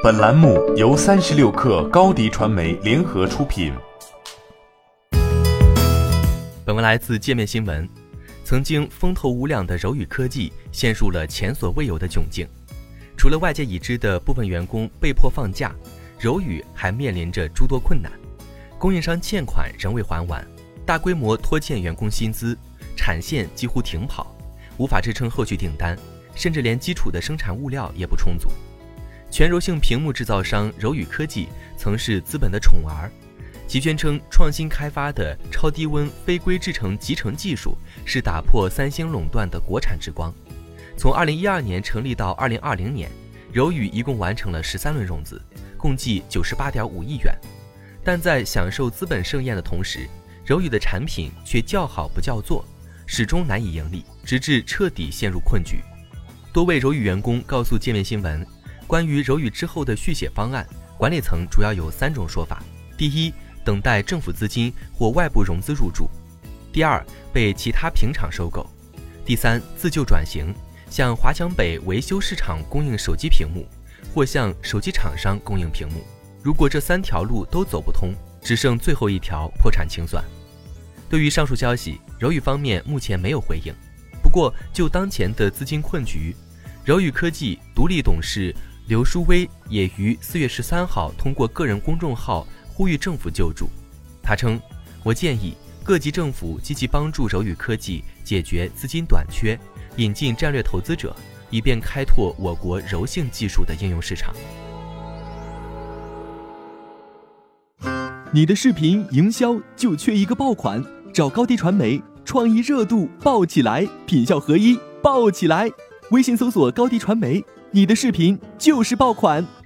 本栏目由36氪高迪传媒联合出品。 本文来自界面新闻。曾经风头无两的柔宇科技陷入了前所未有的窘境，除了外界已知的部分员工被迫放假，柔宇还面临着诸多困难。供应商欠款仍未还完，大规模拖欠员工薪资，产线几乎停跑，无法支撑后续订单，甚至连基础的生产物料也不充足。全柔性屏幕制造商柔宇科技曾是资本的宠儿，其宣称创新开发的超低温非硅制成集成技术是打破三星垄断的国产之光。从2012年成立到2020年，柔宇一共完成了13轮融资，共计98.5亿元。但在享受资本盛宴的同时，柔宇的产品却叫好不叫座，始终难以盈利，直至彻底陷入困局。多位柔宇员工告诉界面新闻，关于柔宇之后的续写方案，管理层主要有3种说法。第一，等待政府资金或外部融资入驻；第二，被其他屏厂收购；第三，自救转型，向华强北维修市场供应手机屏幕，或向手机厂商供应屏幕。如果这3条路都走不通，只剩最后一条破产清算。对于上述消息，柔宇方面目前没有回应。不过就当前的资金困局，柔宇科技独立董事刘书威也于4月13号通过个人公众号呼吁政府救助。他称，我建议各级政府积极帮助柔宇科技解决资金短缺，引进战略投资者，以便开拓我国柔性技术的应用市场。 你的视频营销就缺一个爆款，找高迪传媒，创意热度爆起来，品效合一爆起来。微信搜索高迪传媒，你的视频就是爆款。